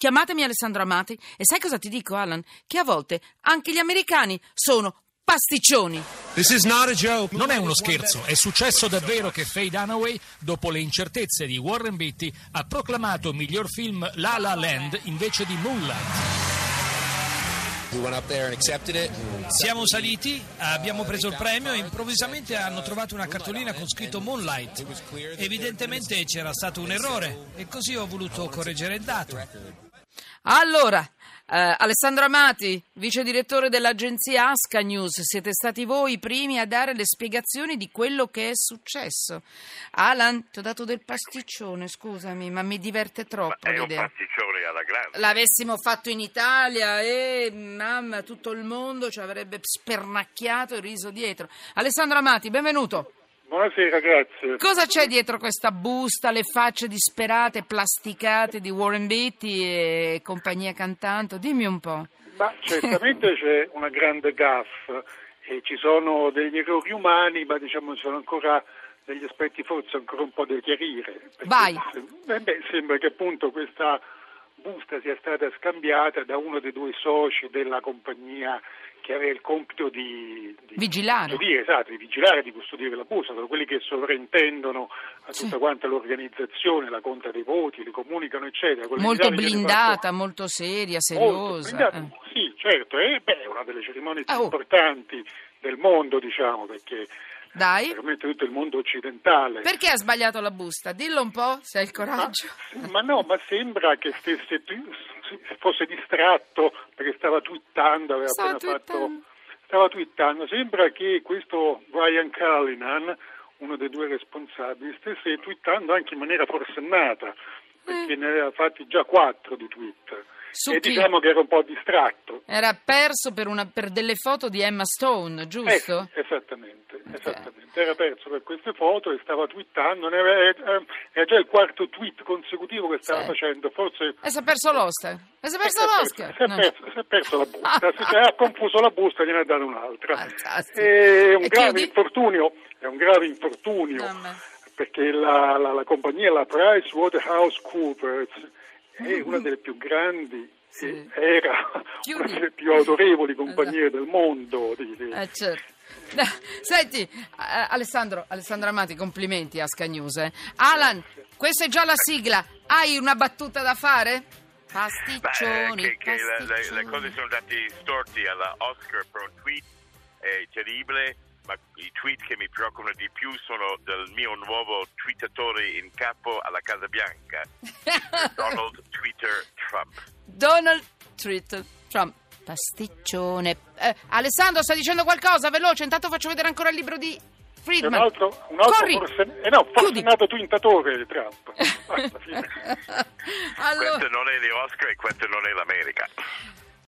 chiamatemi Alessandro Amati e sai cosa ti dico, Alan? Che a volte anche gli americani sono pasticcioni. Non è uno scherzo, è successo davvero che Faye Dunaway, dopo le incertezze di Warren Beatty, ha proclamato miglior film La La Land invece di Moonlight. Siamo saliti, abbiamo preso il premio e improvvisamente hanno trovato una cartolina con scritto Moonlight. Evidentemente c'era stato un errore e così ho voluto correggere il dato. Allora, Alessandro Amati, vice direttore dell'agenzia Asca News, siete stati voi i primi a dare le spiegazioni di quello che è successo. Alan, ti ho dato del pasticcione, scusami, ma mi diverte troppo è l'idea. un pasticcione alla grande. L'avessimo fatto in Italia mamma, tutto il mondo ci avrebbe spernacchiato e riso dietro. Alessandro Amati, benvenuto. Buonasera, grazie. Cosa c'è dietro questa busta, le facce disperate, plasticate di Warren Beatty e compagnia cantando? Dimmi un po'. Ma certamente c'è una grande gaffe e ci sono degli errori umani, ma diciamo ci sono ancora degli aspetti forse ancora un po' da chiarire. Vai. Sembra che appunto questa busta sia stata scambiata da uno dei due soci della compagnia che aveva il compito di vigilare. Di vigilare, di custodire la busta, sono quelli che sovrintendono a tutta quanta l'organizzazione, la conta dei voti, li comunicano, eccetera. Molto blindata, molto seria, seriosa. Molto blindata, sì, certo, è una delle cerimonie più importanti del mondo, diciamo, perché veramente tutto il mondo occidentale. Perché ha sbagliato la busta? Dillo un po', se hai il coraggio. Ma sembra che fosse distratto perché stava twittando, stava twittando. Sembra che questo Brian Cullinan, uno dei due responsabili, stesse twittando anche in maniera forsennata, perché ne aveva fatti già 4 di tweet. Diciamo che era un po' distratto. Era perso per delle foto di Emma Stone, giusto? Esattamente. Era perso per queste foto e stava twittando. Era già il 4º tweet consecutivo che stava facendo. Forse. E si è perso l'Oscar. Si è perso la busta. Si ha confuso la busta e gliene ha dato un'altra. Fantastico. È un grave infortunio. Perché la compagnia, la PricewaterhouseCoopers, è una delle più grandi, era una delle più autorevoli compagnie del mondo. Certo. Senti, Alessandro Amati, complimenti a Asca News. Alan, questa è già la sigla. Hai una battuta da fare? Pasticcioni. Le cose sono andate storti alla Oscar per un tweet terribile. Ma i tweet che mi preoccupano di più sono del mio nuovo twittatore in capo alla Casa Bianca, Donald Twitter Trump. Pasticcione. Alessandro, stai dicendo qualcosa? Veloce, intanto faccio vedere ancora il libro di Friedman. Un altro forsennato twittatore di Trump. Basta, fine. Questo non è gli Oscar e questo non è l'America.